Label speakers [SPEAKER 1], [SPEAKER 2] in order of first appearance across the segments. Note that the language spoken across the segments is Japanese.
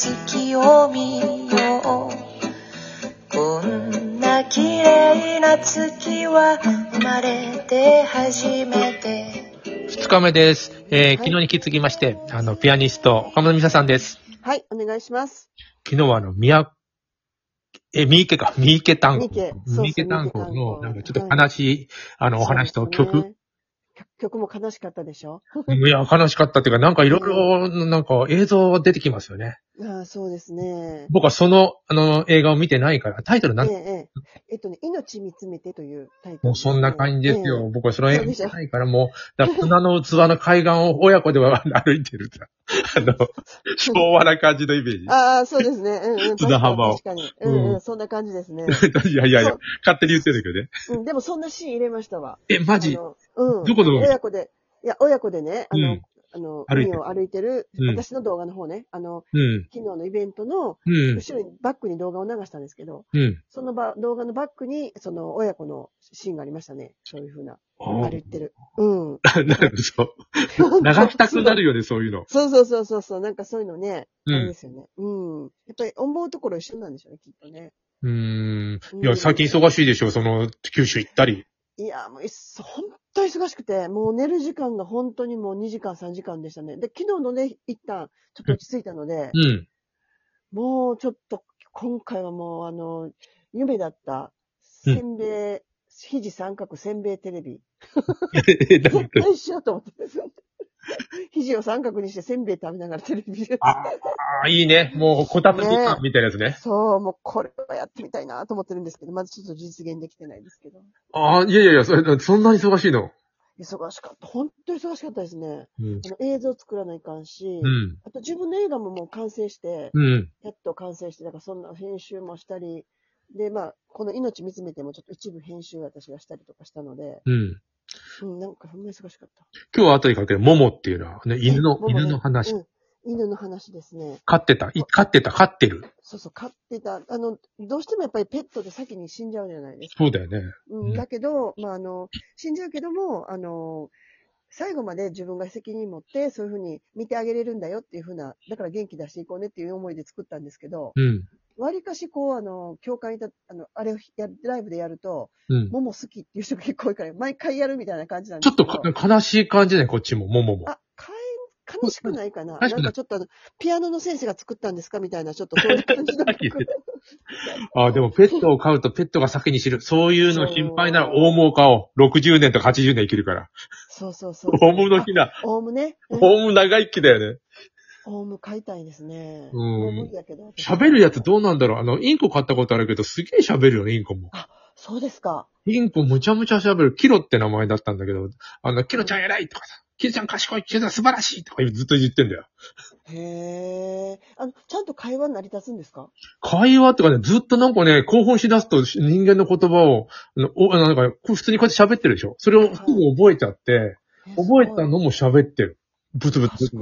[SPEAKER 1] 月を見よう。こんな綺麗な月は生まれて初めて。
[SPEAKER 2] 2日目です。昨日に引き継ぎまして、ピアニスト、岡本美沙さんです。
[SPEAKER 3] はい、お願いします。
[SPEAKER 2] 昨日は三池単語。三池単語の、なんかちょっと悲しい、お話と曲。
[SPEAKER 3] 曲も悲しかったでしょ
[SPEAKER 2] いや、悲しかったっていうか、なんかいろいろ、なんか映像出てきますよね。
[SPEAKER 3] ああ、そうですね。
[SPEAKER 2] 僕はその、映画を見てないから、タイトル
[SPEAKER 3] 命見つめてというタイトル、ね。
[SPEAKER 2] もうそんな感じですよ。僕はその映画見てないから、もう、砂の器の海岸を親子では歩いてる。昭和な感じのイメージ。
[SPEAKER 3] ああ、そうですね。
[SPEAKER 2] 砂浜を。
[SPEAKER 3] 確かに。そんな感じですね。
[SPEAKER 2] いや、勝手に言ってるけどね。
[SPEAKER 3] でもそんなシーン入れましたわ。
[SPEAKER 2] マジどこ
[SPEAKER 3] 親子でね、海を歩いてる、私の動画の方ね、昨日のイベントの、後ろにバックに動画を流したんですけど、その動画のバックに、その親子のシーンがありましたね。そういう風な。歩いてる。
[SPEAKER 2] なるほど。流したくなるよね、そういうの。
[SPEAKER 3] そう。なんかそういうのね、あれですよね。やっぱり思うところ一緒なんでしょうね、きっとね。
[SPEAKER 2] いや、最近忙しいでしょ、九州行ったり。
[SPEAKER 3] いや、もう、本当忙しくて、もう寝る時間が本当にもう2時間、3時間でしたね。で、昨日のね、一旦、ちょっと落ち着いたので、もうちょっと、今回はもう、夢だった、肘三角せんべいテレビ。絶対しようと思って。肘を三角にしてせんべい食べながらテレビで。
[SPEAKER 2] いいね。もう、こたつみかんみたいなやつね。
[SPEAKER 3] そう、もうこれはやってみたいなと思ってるんですけど、まずちょっと実現できてないですけど。
[SPEAKER 2] いや、そんなに忙しいの？
[SPEAKER 3] 忙しかった。本当に忙しかったですね。映像作らないかんし、あと自分の映画ももう完成して、やっと完成して、だからそんな編集もしたり、で、この命見つめてもちょっと一部編集私がしたりとかしたので、なんかそんな忙しかった。
[SPEAKER 2] 今日は後にかけるモモっていうのはね、犬の話。
[SPEAKER 3] 犬の話ですね。
[SPEAKER 2] 飼ってる。
[SPEAKER 3] そう、飼ってた。どうしてもやっぱりペットで先に死んじゃうじゃないですか。
[SPEAKER 2] そうだよね。
[SPEAKER 3] だけど、死んじゃうけども、最後まで自分が責任持って、そういうふうに見てあげれるんだよっていうふうな、だから元気出していこうねっていう思いで作ったんですけど、わりかし教会で、ライブでやると、モモ好きっていう人が結構多いから、毎回やるみたいな感じなんですけど。
[SPEAKER 2] ちょっと悲しい感じね、こっちも、モモも。
[SPEAKER 3] 悲しくないかな。なんかちょっとピアノの先生が作ったんですかみたいな、ちょっとそういう感じの
[SPEAKER 2] でもペットを飼うとペットが先に死ぬ。そういうの心配ならオウムを飼おう。60年とか80年生きるから。
[SPEAKER 3] そう。
[SPEAKER 2] オウムの日だ。
[SPEAKER 3] オウムね。
[SPEAKER 2] オウム長生きだよね。
[SPEAKER 3] オウム飼いたいですね。
[SPEAKER 2] 喋るやつどうなんだろう。インコ飼ったことあるけど、すげえ喋るよね、インコも。
[SPEAKER 3] そうですか。
[SPEAKER 2] インコむちゃむちゃ喋る。キロって名前だったんだけど、キロちゃん偉いとかさ。キロちゃん賢い、キロちゃん素晴らしいとかずっと言ってんだよ。
[SPEAKER 3] へー。ちゃんと会話に成り立つんですか？
[SPEAKER 2] 会話ってかね、ずっとなんかね、興奮しだすと人間の言葉を、なんか、普通にこうやって喋ってるでしょ？それをすぐ覚えちゃって、覚えたのも喋ってる。ブツブツ。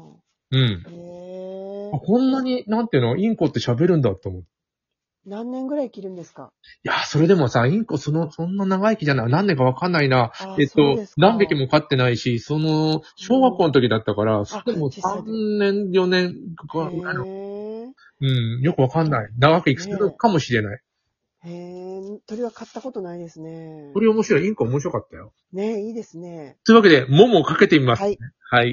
[SPEAKER 2] こんなに、なんていうの、インコって喋るんだと思う。
[SPEAKER 3] 何年ぐらい生きるんですか？
[SPEAKER 2] いや、それでもさ、インコそんな長生きじゃない。何年かわかんないな。何匹も飼ってないし、小学校の時だったから、でも3年、4年かかる。よくわかんない。長く生きするかもしれない。
[SPEAKER 3] 鳥は飼ったことないですね。
[SPEAKER 2] 鳥面白い。インコ面白かったよ。
[SPEAKER 3] ねえ、いいですね。
[SPEAKER 2] というわけで、モモをかけてみます。はい。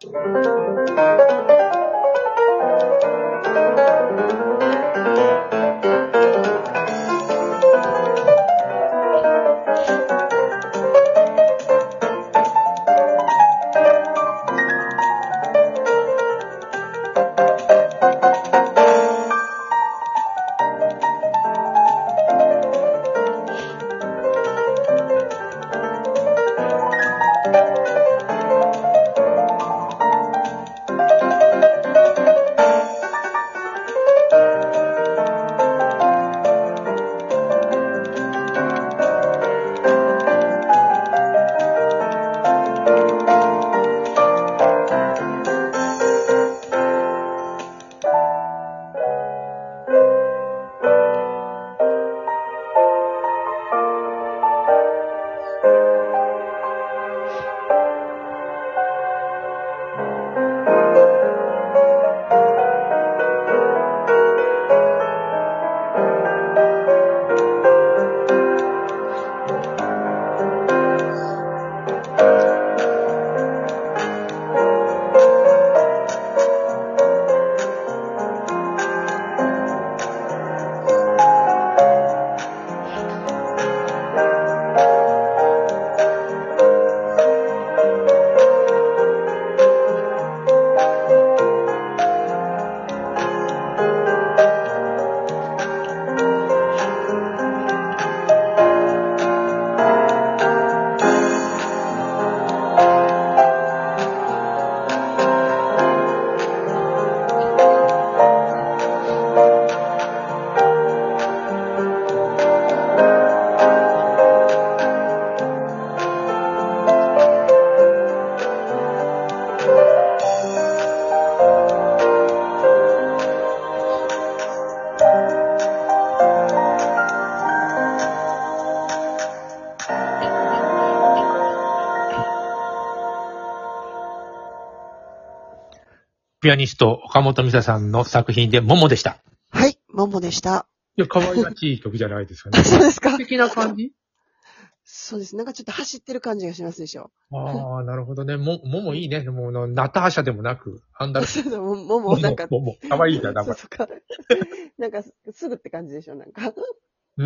[SPEAKER 2] ピアニスト、岡本美沙さんの作品で、モモでした。
[SPEAKER 3] はい、モモでした。
[SPEAKER 2] いや、可愛らしい曲じゃないですかね。
[SPEAKER 3] そうですか。
[SPEAKER 2] 素敵な感じ
[SPEAKER 3] そうです。なんかちょっと走ってる感じがしますでしょ。
[SPEAKER 2] ああ、なるほどね。ももいいね。もう、ナターシャでもなく、アンダル。
[SPEAKER 3] もも、なんか。
[SPEAKER 2] も、可愛いじゃん、なんか。
[SPEAKER 3] なんか、すぐって感じでしょ、なんか。
[SPEAKER 2] うん。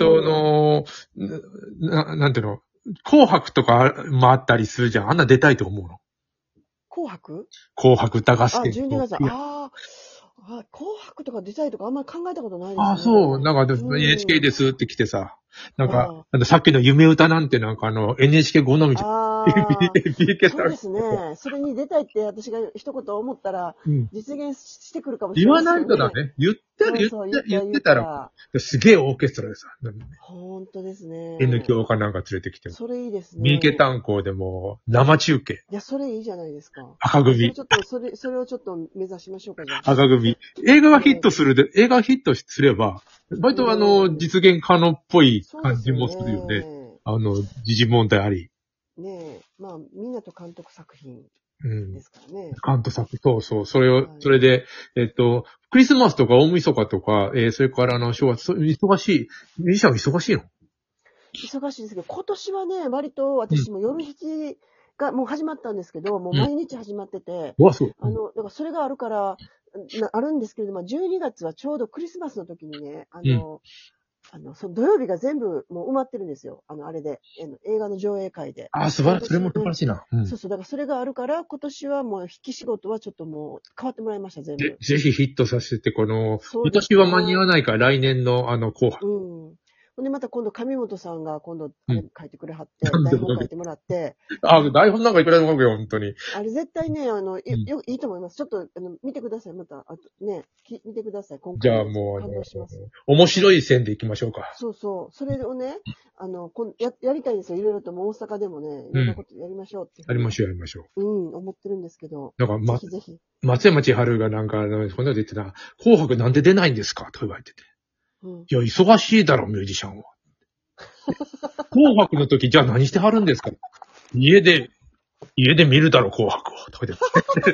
[SPEAKER 2] なんていうの、紅白とかもあったりするじゃん。あんな出たいと思うの。
[SPEAKER 3] 紅白
[SPEAKER 2] 歌合戦。
[SPEAKER 3] 12月。紅白とか出たいとかあんまり考えたことないですね。
[SPEAKER 2] そう。なんか、NHK ですって来てさ。なんか、さっきの夢歌なんてなんかNHK 好みじゃん。
[SPEAKER 3] そうですね。それに出たいって私が一言思ったら、実現してくるかもしれない、
[SPEAKER 2] 言わないとだね。言ってたら、すげえオーケストラでさ。
[SPEAKER 3] 本当ですね。
[SPEAKER 2] N 響かなんか連れてきて。
[SPEAKER 3] それいいですね。
[SPEAKER 2] 三池炭鉱でも生中継。
[SPEAKER 3] いや、それいいじゃないですか。
[SPEAKER 2] 赤組。
[SPEAKER 3] それをちょっと目指しましょうか、じゃ
[SPEAKER 2] あ。赤組。映画がヒットすれば、割と実現可能っぽい感じもするよね。時事問題あり。
[SPEAKER 3] ねえ、まあ、みんなと監督作品ですからね。
[SPEAKER 2] 監督作品、そう。それで、クリスマスとか大晦日とか、それから正月、忙しい。ミュージシャン忙しいの？
[SPEAKER 3] 忙しいですけど、今年はね、割と私も夜7時がもう始まったんですけど、もう毎日始まってて、
[SPEAKER 2] そう。
[SPEAKER 3] だからそれがあるから、あるんですけれども、12月はちょうどクリスマスの時にね、その土曜日が全部もう埋まってるんですよ。あれで、映画の上映会で。
[SPEAKER 2] 素晴らしい。それも素晴らしいな。
[SPEAKER 3] そう。だからそれがあるから、今年はもう引き仕事はちょっともう変わってもらいました、全部。
[SPEAKER 2] ぜひヒットさせて、今年は間に合わないから来年の紅白。
[SPEAKER 3] ほんで、また今度、上本さんが今度、書いてくれはって、台本書いてもらって。
[SPEAKER 2] 台本なんかいくらでも書くよ、本当に。
[SPEAKER 3] あれ絶対ね、いいと思います。ちょっと、見てください、また。見てください、今回。
[SPEAKER 2] じゃあもう、面白い線でいきましょうか。
[SPEAKER 3] そう。それをね、やりたいんですよ。いろいろとも大阪でもね、いろんなことやりましょうって。
[SPEAKER 2] やりましょう。
[SPEAKER 3] 思ってるんですけど。
[SPEAKER 2] だから、
[SPEAKER 3] ぜひ。
[SPEAKER 2] 松山千春がなんか、こんなこと言ってた、紅白なんで出ないんですかと言われてて。いや、忙しいだろ、ミュージシャンは。紅白の時、じゃあ何してはるんですか？家で見るだろ、紅白を。とか言って。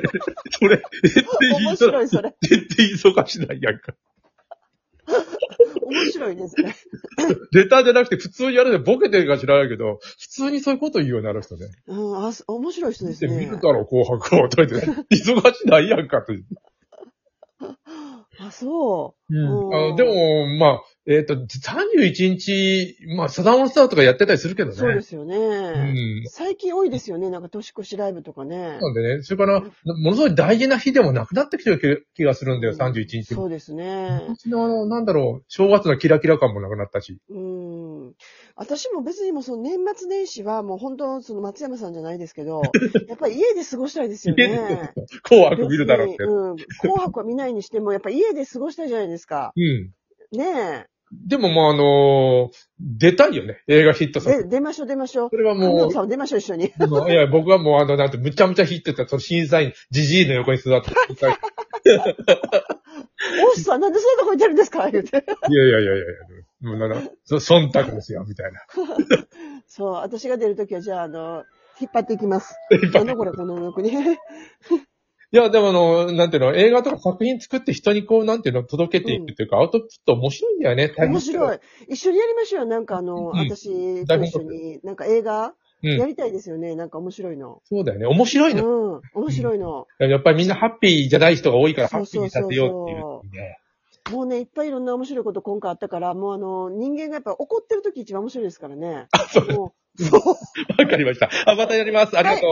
[SPEAKER 3] 面白い、それ。
[SPEAKER 2] 全然忙しないやんか。
[SPEAKER 3] 面白いですね。
[SPEAKER 2] レターじゃなくて普通にやるでボケてるか知らないけど、普通にそういうこと言うようになる人ね。
[SPEAKER 3] 面白い人ですね。
[SPEAKER 2] 見るだろ、紅白を。と言って、忙しないやんかと。
[SPEAKER 3] そう。
[SPEAKER 2] でも、まあ、31日、まあ、サザンオールスターとかやってたりするけどね。
[SPEAKER 3] そうですよね。最近多いですよね。なんか年越しライブとかね。
[SPEAKER 2] なんでね、それから、ものすごい大事な日でもなくなってきてる気がするんだよ、31日。
[SPEAKER 3] そうですね。
[SPEAKER 2] 昔の、なんだろう、正月のキラキラ感もなくなったし。
[SPEAKER 3] 私も別にもその年末年始はもう本当その松山さんじゃないですけど、やっぱり家で過ごしたいですよね。
[SPEAKER 2] 紅白見るだろうって。
[SPEAKER 3] 紅白は見ないにしても、やっぱ家で過ごしたいじゃないですか。ねえ。
[SPEAKER 2] でももう出たいよね。映画ヒットさせて。
[SPEAKER 3] 出ましょう。
[SPEAKER 2] それはもう。
[SPEAKER 3] さん出ましょう、一緒に。
[SPEAKER 2] いや、僕はもうなんて、むちゃむちゃヒットした、その審査員、ジジイの横に座って。
[SPEAKER 3] おっさん、なんでそんなとこに出るんですか言うて。
[SPEAKER 2] いや。もう忖度ですよ、みたいな。
[SPEAKER 3] そう、私が出るときは、じゃあ、引っ張っていきます。これ、この横に。
[SPEAKER 2] いや、でもなんていうの、映画とか作品作って人にこう、なんていうの、届けていくっていうか、アウトプット面白いんだよね、
[SPEAKER 3] 面白い。一緒にやりましょうよ。なんか私と一緒に、なんか映画やりたいですよね。なんか面白いの。
[SPEAKER 2] そうだよね。面白いの。
[SPEAKER 3] 面白いの。
[SPEAKER 2] やっぱりみんなハッピーじゃない人が多いから、ハッピーにさせようっていうね。
[SPEAKER 3] もうね、いっぱいいろんな面白いこと今回あったから、もう人間がやっぱ怒ってる時一番面白いですからね。
[SPEAKER 2] そう。わかりました。またやります。ありがとう。